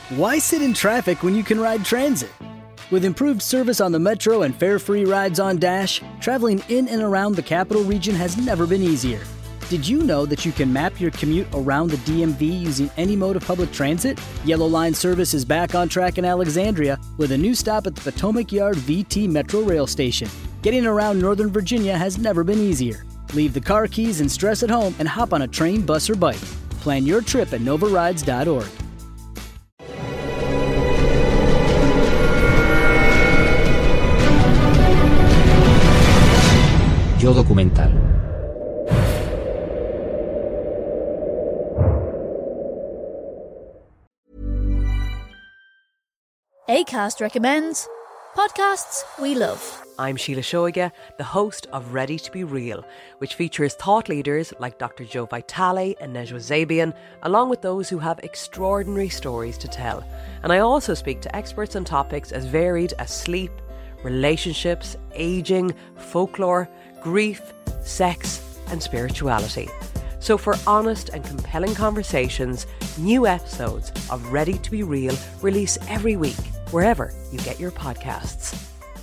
Why sit in traffic when you can ride transit? With improved service on the Metro and fare-free rides on Dash, traveling in and around the capital region has never been easier. Did you know that you can map your commute around the DMV using any mode of public transit? Yellow Line service is back on track in Alexandria with a new stop at the Potomac Yard VT Metro Rail Station. Getting around Northern Virginia has never been easier. Leave the car keys and stress at home and hop on a train, bus, or bike. Plan your trip at novarides.org. Yo documental. Acast recommends podcasts we love. I'm Sheila Shoiga, the host of Ready to Be Real, which features thought leaders like Dr. Joe Vitale and Nejwa Zabian, along with those who have extraordinary stories to tell. And I also speak to experts on topics as varied as sleep, relationships, ageing, folklore, grief, sex, and spirituality. So for honest and compelling conversations, new episodes of Ready to Be Real release every week, wherever you get your podcasts.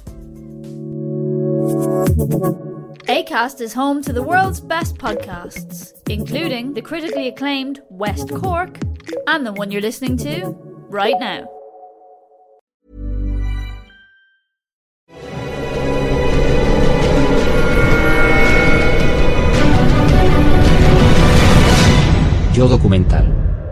Acast is home to the world's best podcasts, including the critically acclaimed West Cork and the one you're listening to right now. Yo documental.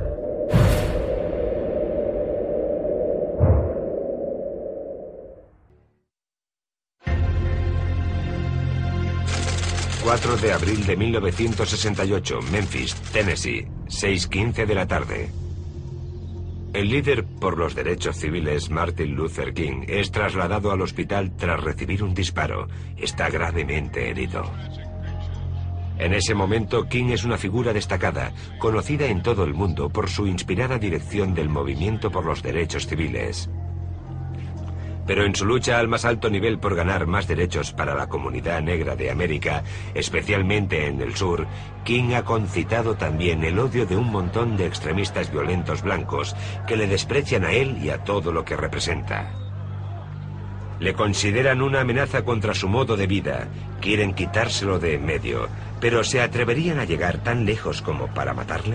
...4 de abril de 1968, Memphis, Tennessee, 6:15 de la tarde. El líder por los derechos civiles, Martin Luther King, es trasladado al hospital tras recibir un disparo. Está gravemente herido. En ese momento, King es una figura destacada, conocida en todo el mundo por su inspirada dirección del movimiento por los derechos civiles. Pero en su lucha al más alto nivel por ganar más derechos para la comunidad negra de América, especialmente en el sur, King ha concitado también el odio de un montón de extremistas violentos blancos que le desprecian a él y a todo lo que representa. Le consideran una amenaza contra su modo de vida, quieren quitárselo de en medio, pero ¿se atreverían a llegar tan lejos como para matarle?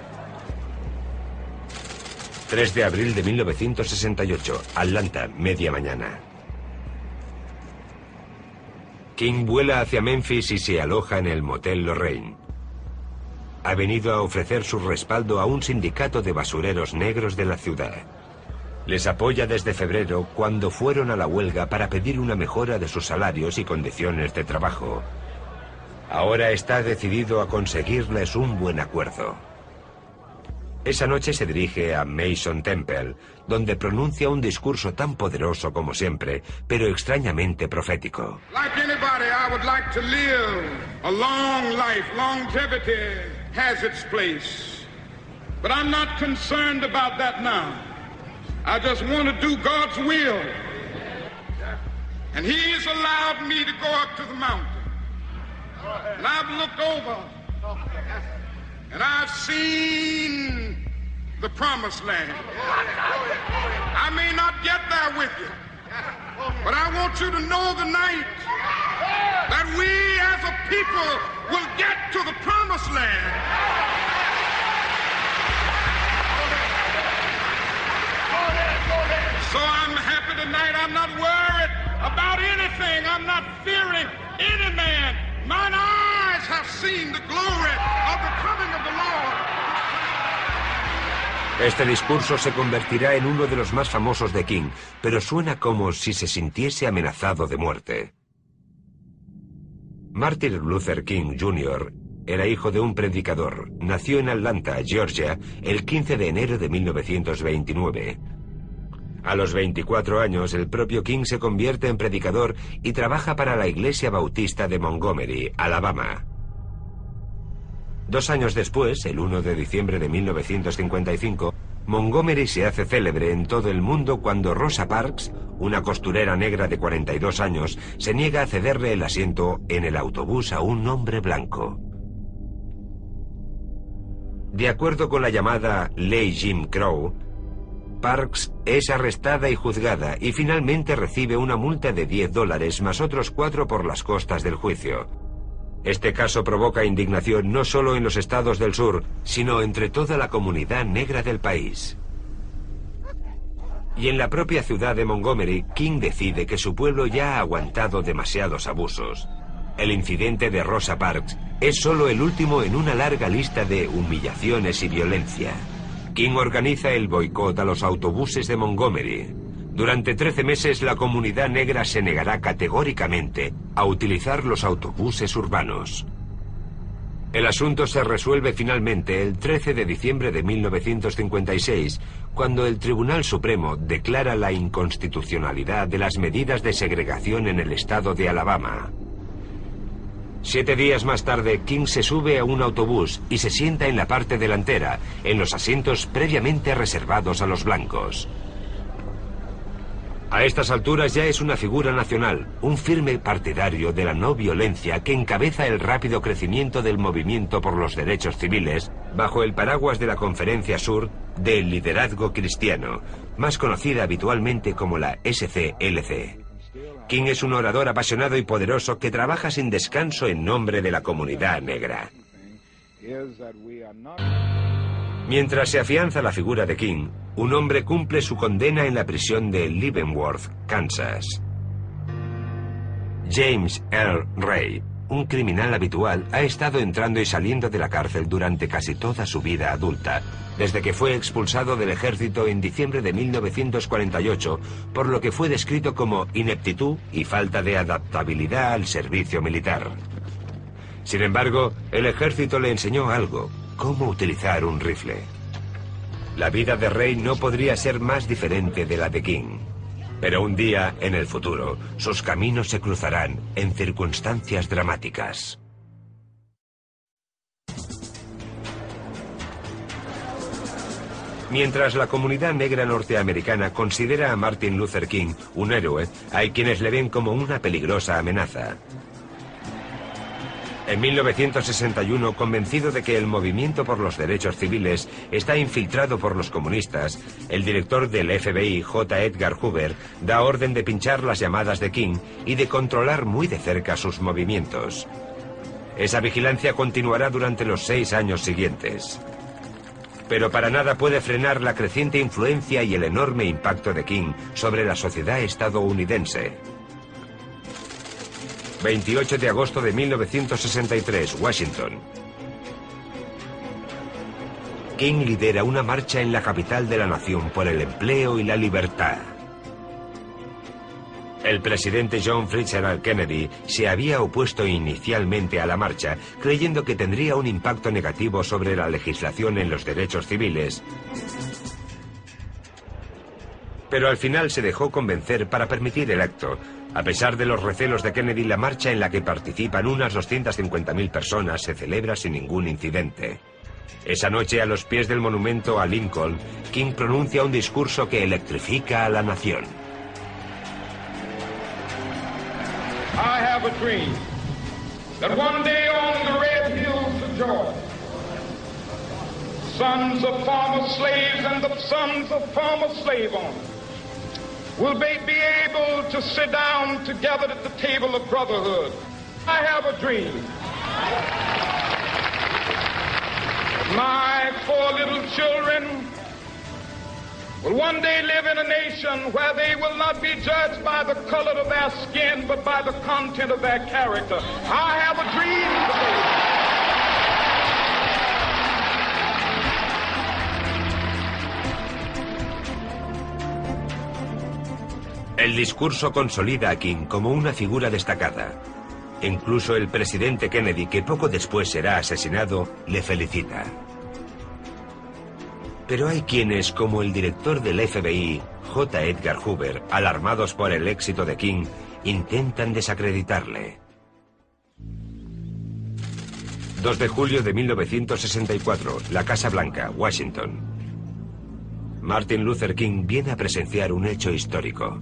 3 de abril de 1968, Atlanta, media mañana. King vuela hacia Memphis y se aloja en el Motel Lorraine. Ha venido a ofrecer su respaldo a un sindicato de basureros negros de la ciudad. Les apoya desde febrero, cuando fueron a la huelga para pedir una mejora de sus salarios y condiciones de trabajo. Ahora está decidido a conseguirles un buen acuerdo. Esa noche se dirige a Mason Temple, donde pronuncia un discurso tan poderoso como siempre, pero extrañamente profético. Like anybody, I would like to live a long life. Longevity has its place. But I'm not concerned about that now. I just want to do God's will. And He's allowed me to go up to the mountain. And I've looked over and I've seen the promised land. I may not get there with you, but I want you to know tonight that we as a people will get to the promised land. So I'm happy tonight. I'm not worried about anything. I'm not fearing any man. Mine eyes have seen the glory of the coming of the Lord. Este discurso se convertirá en uno de los más famosos de King, pero suena como si se sintiese amenazado de muerte. Martin Luther King Jr. era hijo de un predicador. Nació en Atlanta, Georgia, el 15 de enero de 1929. A los 24 años, el propio King se convierte en predicador y trabaja para la Iglesia Bautista de Montgomery, Alabama. 2 años después, el 1 de diciembre de 1955, Montgomery se hace célebre en todo el mundo cuando Rosa Parks, una costurera negra de 42 años, se niega a cederle el asiento en el autobús a un hombre blanco. De acuerdo con la llamada Ley Jim Crow, Parks es arrestada y juzgada y finalmente recibe una multa de $10 más otros 4 por las costas del juicio. Este caso provoca indignación no solo en los estados del sur, sino entre toda la comunidad negra del país. Y en la propia ciudad de Montgomery, King decide que su pueblo ya ha aguantado demasiados abusos. El incidente de Rosa Parks es solo el último en una larga lista de humillaciones y violencia. King organiza el boicot a los autobuses de Montgomery. Durante 13 meses la comunidad negra se negará categóricamente a utilizar los autobuses urbanos. El asunto se resuelve finalmente el 13 de diciembre de 1956, cuando el Tribunal Supremo declara la inconstitucionalidad de las medidas de segregación en el estado de Alabama. 7 días más tarde, King se sube a un autobús y se sienta en la parte delantera, en los asientos previamente reservados a los blancos. A estas alturas ya es una figura nacional, un firme partidario de la no violencia que encabeza el rápido crecimiento del movimiento por los derechos civiles bajo el paraguas de la Conferencia Sur del Liderazgo Cristiano, más conocida habitualmente como la SCLC. King es un orador apasionado y poderoso que trabaja sin descanso en nombre de la comunidad negra. Mientras se afianza la figura de King, un hombre cumple su condena en la prisión de Leavenworth, Kansas. James Earl Ray, un criminal habitual, ha estado entrando y saliendo de la cárcel durante casi toda su vida adulta, desde que fue expulsado del ejército en diciembre de 1948, por lo que fue descrito como ineptitud y falta de adaptabilidad al servicio militar. Sin embargo, el ejército le enseñó algo: cómo utilizar un rifle. La vida de Ray no podría ser más diferente de la de King. Pero un día, en el futuro, sus caminos se cruzarán en circunstancias dramáticas. Mientras la comunidad negra norteamericana considera a Martin Luther King un héroe, hay quienes le ven como una peligrosa amenaza. En 1961, convencido de que el movimiento por los derechos civiles está infiltrado por los comunistas, el director del FBI, J. Edgar Hoover, da orden de pinchar las llamadas de King y de controlar muy de cerca sus movimientos. Esa vigilancia continuará durante los 6 años siguientes. Pero para nada puede frenar la creciente influencia y el enorme impacto de King sobre la sociedad estadounidense. 28 de agosto de 1963, Washington. King lidera una marcha en la capital de la nación por el empleo y la libertad. El presidente John Fitzgerald Kennedy se había opuesto inicialmente a la marcha, creyendo que tendría un impacto negativo sobre la legislación en los derechos civiles. Pero al final se dejó convencer para permitir el acto. A pesar de los recelos de Kennedy, la marcha, en la que participan unas 250.000 personas, se celebra sin ningún incidente. Esa noche, a los pies del monumento a Lincoln, King pronuncia un discurso que electrifica a la nación. I have a dream that one day on the red hills of Georgia, sons of former slaves and the sons of former slave owners will be able to sit down together at the table of brotherhood. I have a dream. My 4 little children will one day live in a nation where they will not be judged by the color of their skin, but by the content of their character. I have a dream today. El discurso consolida a King como una figura destacada. Incluso el presidente Kennedy, que poco después será asesinado, le felicita. Pero hay quienes, como el director del FBI, J. Edgar Hoover, alarmados por el éxito de King, intentan desacreditarle. 2 de julio de 1964, la Casa Blanca, Washington. Martin Luther King viene a presenciar un hecho histórico.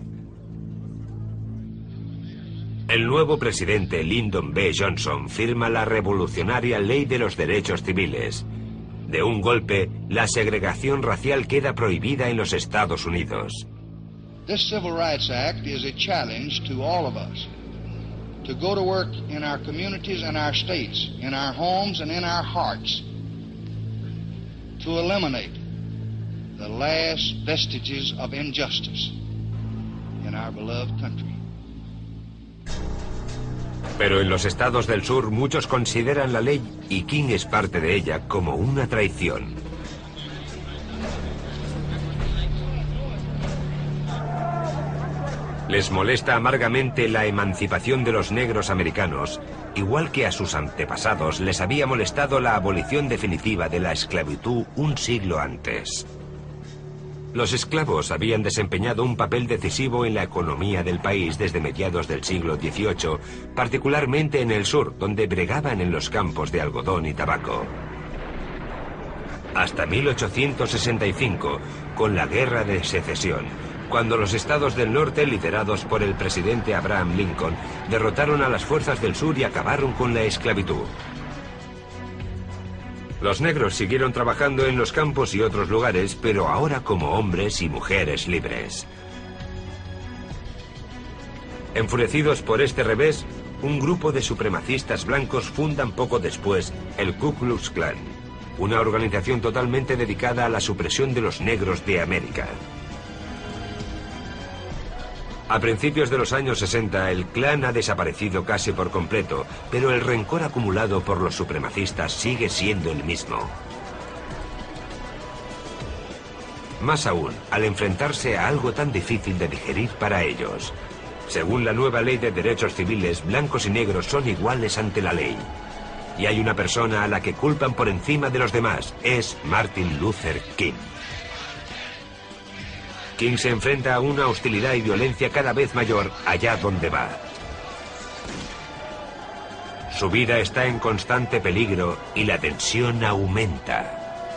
El nuevo presidente Lyndon B. Johnson firma la revolucionaria Ley de los Derechos Civiles. De un golpe, la segregación racial queda prohibida en los Estados Unidos. This Civil Rights Act is a challenge to all of us to go to work in our communities and our states, in our homes and in our hearts, to eliminate the last vestiges of injustice in our beloved country. Pero en los estados del sur muchos consideran la ley, y King es parte de ella, como una traición. Les molesta amargamente la emancipación de los negros americanos, igual que a sus antepasados les había molestado la abolición definitiva de la esclavitud un siglo antes. Los esclavos habían desempeñado un papel decisivo en la economía del país desde mediados del siglo XVIII, particularmente en el sur, donde bregaban en los campos de algodón y tabaco. Hasta 1865, con la Guerra de Secesión, cuando los estados del norte, liderados por el presidente Abraham Lincoln, derrotaron a las fuerzas del sur y acabaron con la esclavitud. Los negros siguieron trabajando en los campos y otros lugares, pero ahora como hombres y mujeres libres. Enfurecidos por este revés, un grupo de supremacistas blancos fundan poco después el Ku Klux Klan, una organización totalmente dedicada a la supresión de los negros de América. A principios de los años 60, el Klan ha desaparecido casi por completo, pero el rencor acumulado por los supremacistas sigue siendo el mismo. Más aún, al enfrentarse a algo tan difícil de digerir para ellos. Según la nueva ley de derechos civiles, blancos y negros son iguales ante la ley. Y hay una persona a la que culpan por encima de los demás, es Martin Luther King. King se enfrenta a una hostilidad y violencia cada vez mayor allá donde va. Su vida está en constante peligro y la tensión aumenta.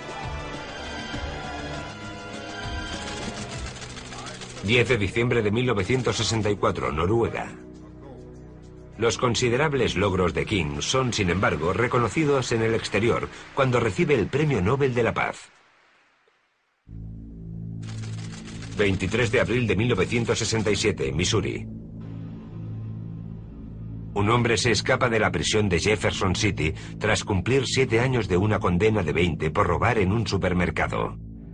10 de diciembre de 1964, Noruega. Los considerables logros de King son, sin embargo, reconocidos en el exterior cuando recibe el Premio Nobel de la Paz. 23 de abril de 1967, Missouri. Un hombre se escapa de la prisión de Jefferson City tras cumplir 7 años de una condena de 20 por robar en un supermercado.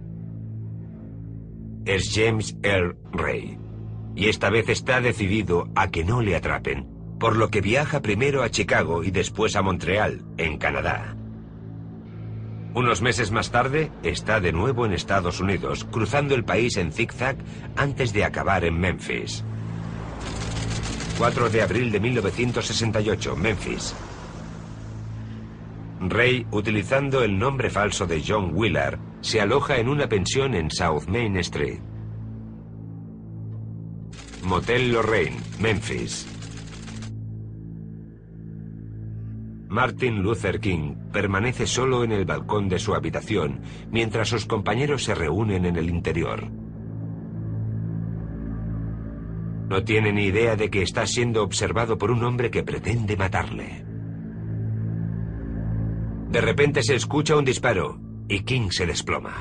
Es James Earl Ray, y esta vez está decidido a que no le atrapen, por lo que viaja primero a Chicago y después a Montreal, en Canadá. Unos meses más tarde, está de nuevo en Estados Unidos, cruzando el país en zigzag antes de acabar en Memphis. 4 de abril de 1968, Memphis. Ray, utilizando el nombre falso de John Willard, se aloja en una pensión en South Main Street. Motel Lorraine, Memphis. Martin Luther King permanece solo en el balcón de su habitación mientras sus compañeros se reúnen en el interior. No tiene ni idea de que está siendo observado por un hombre que pretende matarle. De repente se escucha un disparo y King se desploma.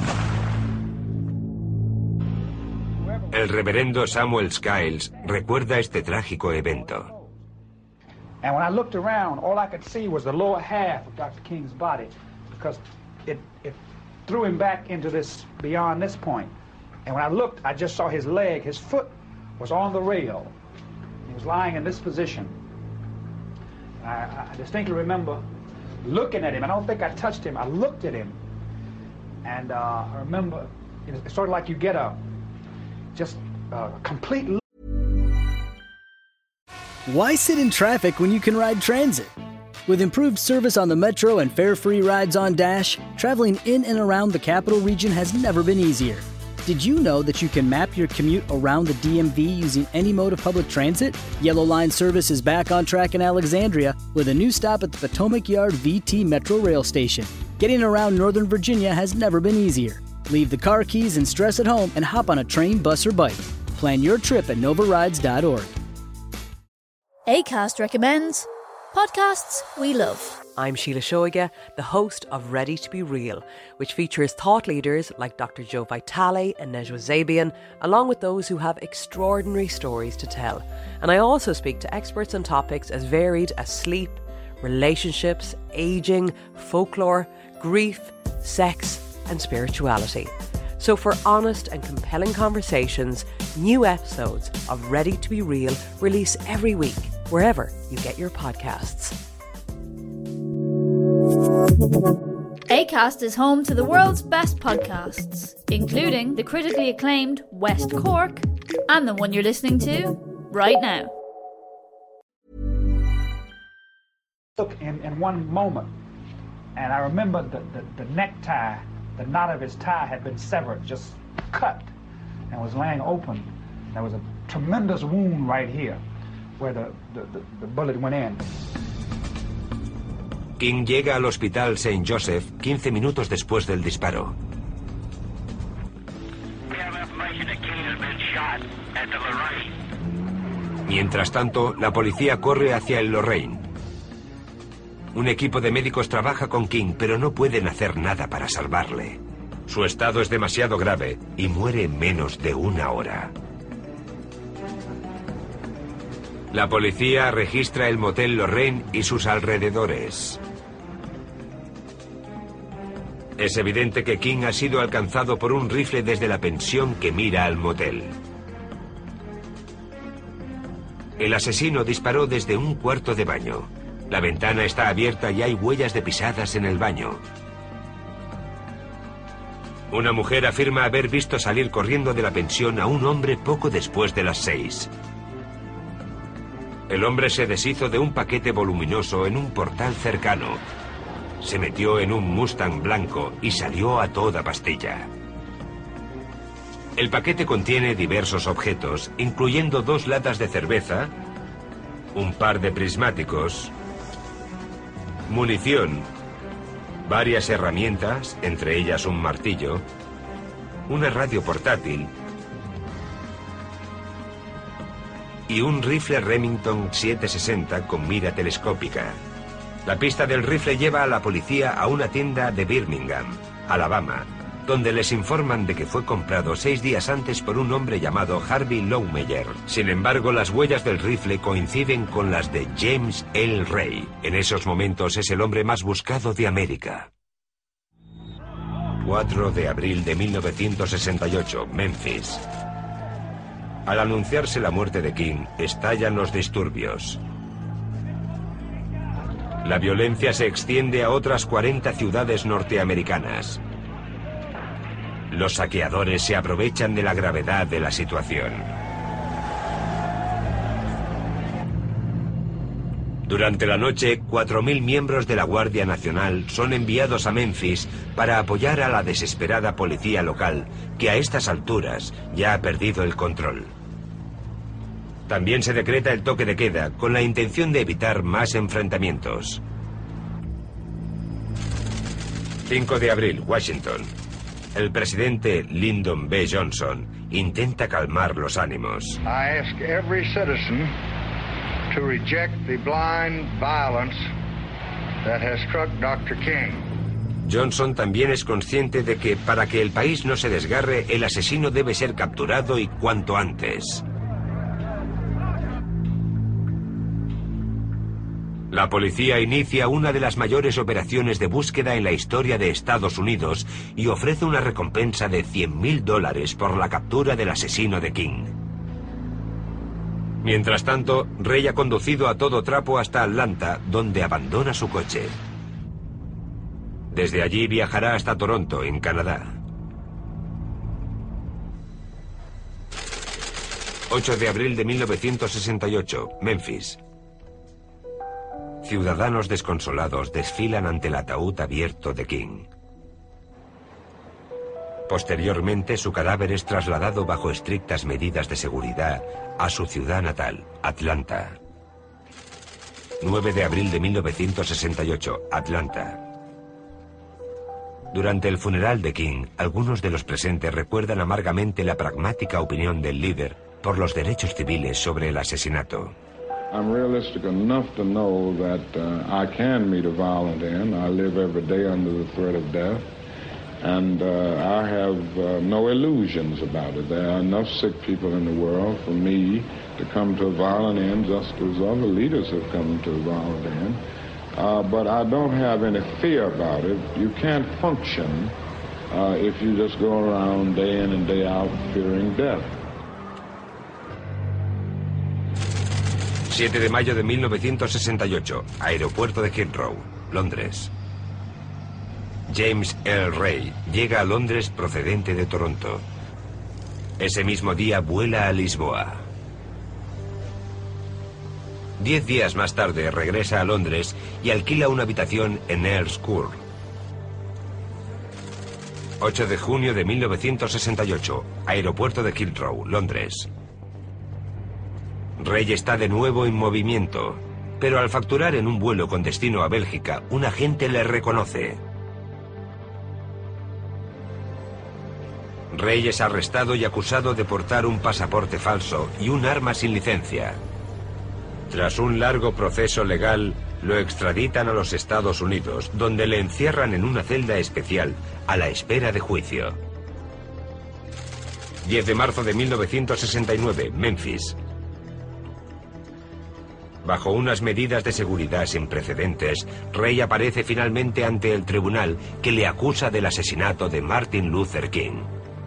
El reverendo Samuel Skiles recuerda este trágico evento. And when I looked around, all I could see was the lower half of Dr. King's body, because it threw him back into this, beyond this point. And when I looked, I just saw his leg, his foot was on the rail. He was lying in this position. I distinctly remember looking at him. I don't think I touched him. I looked at him. And I remember, it's sort of like you get a complete look. Why sit in traffic when you can ride transit? With improved service on the Metro and fare-free rides on Dash, traveling in and around the capital region has never been easier. Did you know that you can map your commute around the DMV using any mode of public transit? Yellow Line service is back on track in Alexandria with a new stop at the Potomac Yard VT Metro Rail Station. Getting around Northern Virginia has never been easier. Leave the car keys and stress at home and hop on a train, bus, or bike. Plan your trip at novarides.org. Acast recommends podcasts we love. I'm Sheila Shoiga, the host of Ready to be Real, which features thought leaders like Dr. Joe Vitale and Nejwa Zabian, along with those who have extraordinary stories to tell. And I also speak to experts on topics as varied as sleep, relationships, ageing, folklore, grief, sex, and spirituality. So for honest and compelling conversations, new episodes of Ready to be Real release every week, wherever you get your podcasts. Acast is home to the world's best podcasts, including the critically acclaimed West Cork and the one you're listening to right now. Look, in one moment, and I remember the necktie, the knot of his tie had been severed, just cut, and was laying open. There was a tremendous wound right here, where the bullet went in. King llega al hospital St. Joseph 15 minutos después del disparo. Mientras tanto, la policía corre hacia el Lorraine. Un equipo de médicos trabaja con King, pero no pueden hacer nada para salvarle. Su estado es demasiado grave y muere en menos de una hora. La policía registra el motel Lorraine y sus alrededores. Es evidente que King ha sido alcanzado por un rifle desde la pensión que mira al motel. El asesino disparó desde un cuarto de baño. La ventana está abierta y hay huellas de pisadas en el baño. Una mujer afirma haber visto salir corriendo de la pensión a un hombre poco después de las 6. El hombre se deshizo de un paquete voluminoso en un portal cercano. Se metió en un Mustang blanco y salió a toda pastilla. El paquete contiene diversos objetos, incluyendo 2 latas de cerveza, un par de prismáticos, munición, varias herramientas, entre ellas un martillo, una radio portátil y un rifle Remington 760 con mira telescópica. La pista del rifle lleva a la policía a una tienda de Birmingham, Alabama, donde les informan de que fue comprado 6 días antes por un hombre llamado Harvey Lowmeyer. Sin embargo, las huellas del rifle coinciden con las de James L. Ray. En esos momentos es el hombre más buscado de América. 4 de abril de 1968, Memphis. Al anunciarse la muerte de King, estallan los disturbios. La violencia se extiende a otras 40 ciudades norteamericanas. Los saqueadores se aprovechan de la gravedad de la situación. Durante la noche, 4.000 miembros de la Guardia Nacional son enviados a Memphis para apoyar a la desesperada policía local, que a estas alturas ya ha perdido el control. También se decreta el toque de queda, con la intención de evitar más enfrentamientos. 5 de abril, Washington. El presidente Lyndon B. Johnson intenta calmar los ánimos. I ask every citizen to reject the blind violence that has struck Dr. King. Johnson también es consciente de que para que el país no se desgarre, el asesino debe ser capturado y cuanto antes. La policía inicia una de las mayores operaciones de búsqueda en la historia de Estados Unidos y ofrece una recompensa de $100,000 por la captura del asesino de King. Mientras tanto, Ray ha conducido a todo trapo hasta Atlanta, donde abandona su coche. Desde allí viajará hasta Toronto, en Canadá. 8 de abril de 1968, Memphis. Ciudadanos desconsolados desfilan ante el ataúd abierto de King. Posteriormente, su cadáver es trasladado bajo estrictas medidas de seguridad a su ciudad natal, Atlanta. 9 de abril de 1968, Atlanta. Durante el funeral de King, algunos de los presentes recuerdan amargamente la pragmática opinión del líder por los derechos civiles sobre el asesinato. I'm realistic enough to know that I can meet a violent end. I live every day under the threat of death. And I have no illusions about it. There are enough sick people in the world for me to come to a violent end, just as other leaders have come to a violent end. But I don't have any fear about it. You can't function if you just go around day in and day out fearing death. 7 de mayo de 1968, aeropuerto de Heathrow, Londres. James Earl Ray llega a Londres procedente de Toronto. Ese mismo día vuela a Lisboa. 10 días más tarde regresa a Londres y alquila una habitación en Earl's Court. 8 de junio de 1968, aeropuerto de Heathrow, Londres. Ray está de nuevo en movimiento, pero al facturar en un vuelo con destino a Bélgica, un agente le reconoce. Ray es arrestado y acusado de portar un pasaporte falso y un arma sin licencia. Tras un largo proceso legal, lo extraditan a los Estados Unidos, donde le encierran en una celda especial a la espera de juicio. 10 de marzo de 1969, Memphis. Bajo unas medidas de seguridad sin precedentes, Ray aparece finalmente ante el tribunal que le acusa del asesinato de Martin Luther King.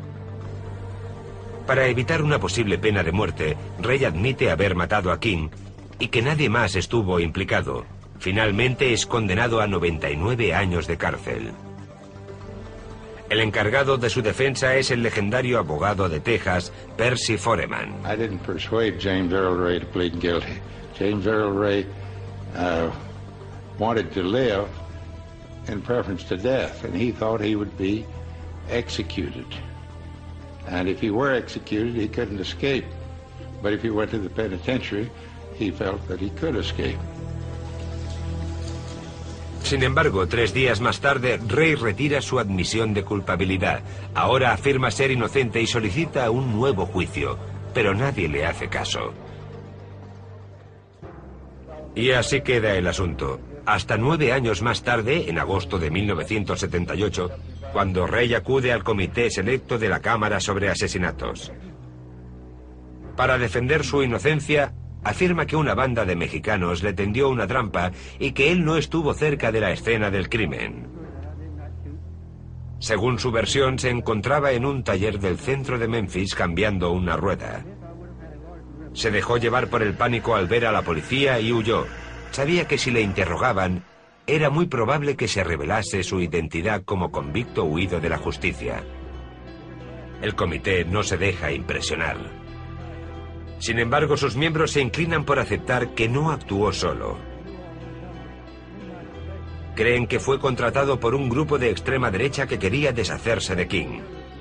Para evitar una posible pena de muerte, Ray admite haber matado a King y que nadie más estuvo implicado. Finalmente es condenado a 99 años de cárcel. El encargado de su defensa es el legendario abogado de Texas, Percy Foreman. I didn't persuade James Earl Ray to plead guilty. James Earl Ray wanted to live in preference to death, and he thought he would be executed. And if he were executed, he couldn't escape. But if he went to the penitentiary, he felt that he could escape. Sin embargo, 3 días más tarde, Ray retira su admisión de culpabilidad. Ahora afirma ser inocente y solicita un nuevo juicio, pero nadie le hace caso. Y así queda el asunto. Hasta 9 años más tarde, en agosto de 1978, cuando Ray acude al comité selecto de la Cámara sobre Asesinatos. Para defender su inocencia, afirma que una banda de mexicanos le tendió una trampa y que él no estuvo cerca de la escena del crimen. Según su versión, se encontraba en un taller del centro de Memphis cambiando una rueda. Se dejó llevar por el pánico al ver a la policía y huyó. Sabía que si le interrogaban, era muy probable que se revelase su identidad como convicto huido de la justicia. El comité no se deja impresionar. Sin embargo, sus miembros se inclinan por aceptar que no actuó solo. Creen que fue contratado por un grupo de extrema derecha que quería deshacerse de King.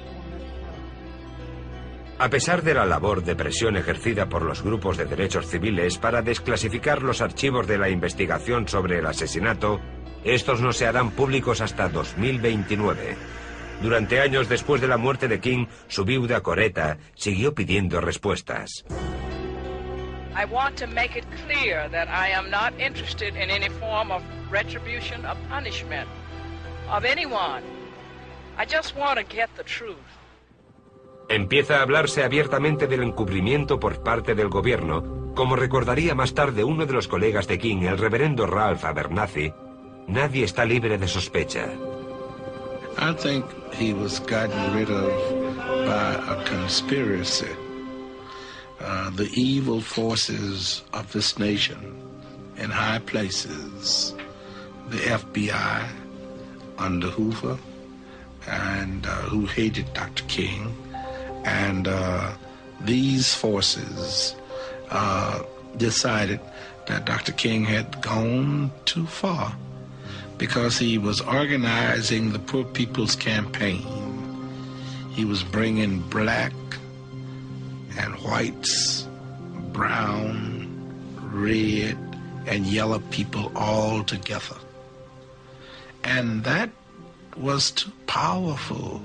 A pesar de la labor de presión ejercida por los grupos de derechos civiles para desclasificar los archivos de la investigación sobre el asesinato, estos no se harán públicos hasta 2029. Durante años después de la muerte de King, su viuda Coretta siguió pidiendo respuestas. I want to make it clear that I am not interested in any form of retribution or punishment of anyone. I just want to get the truth. Empieza a hablarse abiertamente del encubrimiento por parte del gobierno, como recordaría más tarde uno de los colegas de King, el reverendo Ralph Abernathy. Nadie está libre de sospecha. I think he was gotten rid of by a conspiracy. The evil forces of this nation in high places, the FBI under Hoover, and who hated Dr. King, and these forces decided that Dr. King had gone too far because he was organizing the Poor People's Campaign. He was bringing black and whites, brown, red, and yellow people all together. And that was too powerful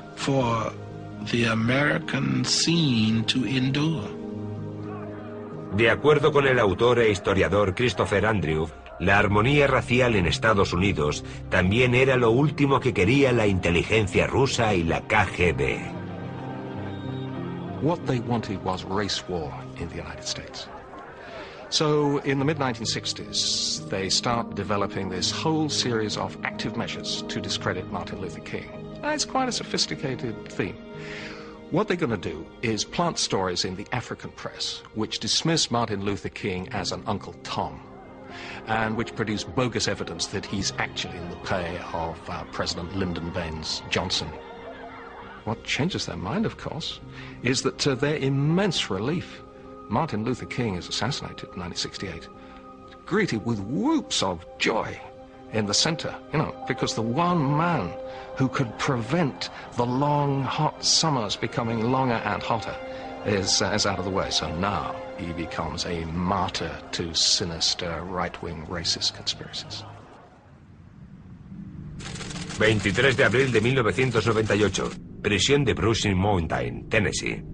for the American scene to endure. De acuerdo con el autor e historiador Christopher Andrew, la armonía racial en Estados Unidos también era lo último que quería la inteligencia rusa y la KGB. What they wanted was race war in the United States. So in the mid-1960s, they start developing this whole series of active measures to discredit Martin Luther King. It's quite a sophisticated theme. What they're going to do is plant stories in the African press which dismiss Martin Luther King as an Uncle Tom, and which produce bogus evidence that he's actually in the pay of President Lyndon Baines Johnson. What changes their mind, of course, is that to their immense relief, Martin Luther King is assassinated in 1968, greeted with whoops of joy in the center, because the one man who could prevent the long, hot summers becoming longer and hotter is out of the way. So now he becomes a martyr to sinister right-wing racist conspiracies. 23 de abril de 1998. Prisión de Brushing Mountain, Tennessee.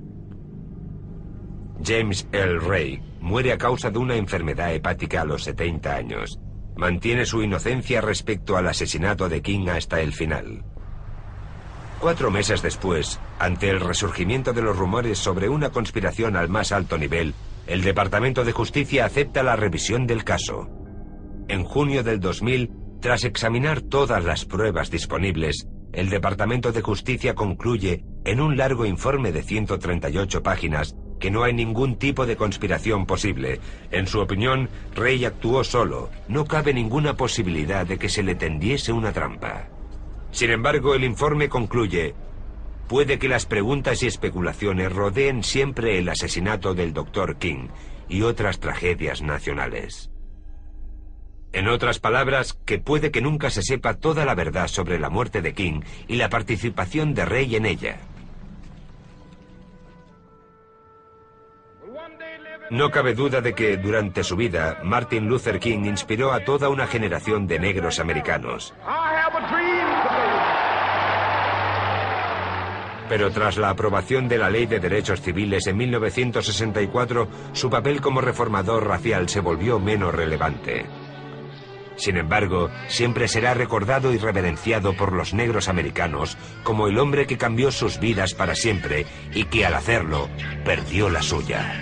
James L. Ray muere a causa de una enfermedad hepática a los 70 años. Mantiene su inocencia respecto al asesinato de King hasta el final. 4 meses después, ante el resurgimiento de los rumores sobre una conspiración al más alto nivel, el Departamento de Justicia acepta la revisión del caso. En junio del 2000, tras examinar todas las pruebas disponibles, el Departamento de Justicia concluye, en un largo informe de 138 páginas, que no hay ningún tipo de conspiración posible. En su opinión, Ray actuó solo. No cabe ninguna posibilidad de que se le tendiese una trampa. Sin embargo, el informe concluye: puede que las preguntas y especulaciones rodeen siempre el asesinato del Dr. King y otras tragedias nacionales. En otras palabras, que puede que nunca se sepa toda la verdad sobre la muerte de King y la participación de Ray en ella. No cabe duda de que, durante su vida, Martin Luther King inspiró a toda una generación de negros americanos. Pero tras la aprobación de la Ley de Derechos Civiles en 1964, su papel como reformador racial se volvió menos relevante. Sin embargo, siempre será recordado y reverenciado por los negros americanos como el hombre que cambió sus vidas para siempre y que, al hacerlo, perdió la suya.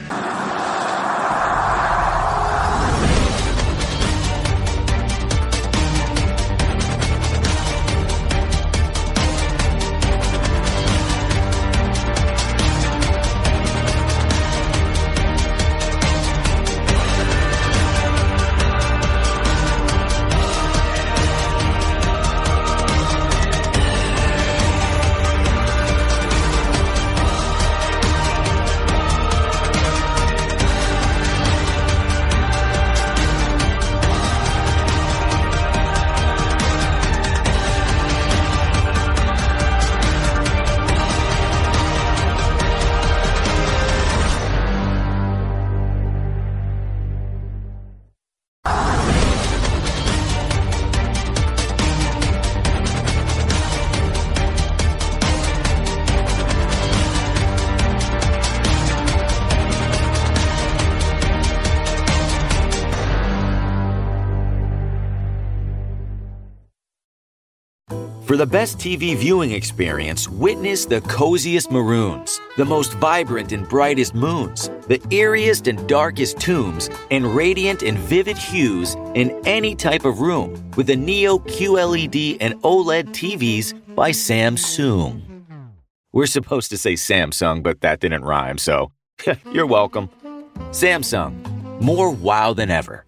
For the best TV viewing experience, witness the coziest maroons, the most vibrant and brightest moons, the eeriest and darkest tombs, and radiant and vivid hues in any type of room with the Neo QLED and OLED TVs by Samsung. We're supposed to say Samsung, but that didn't rhyme, so you're welcome. Samsung, more wow than ever.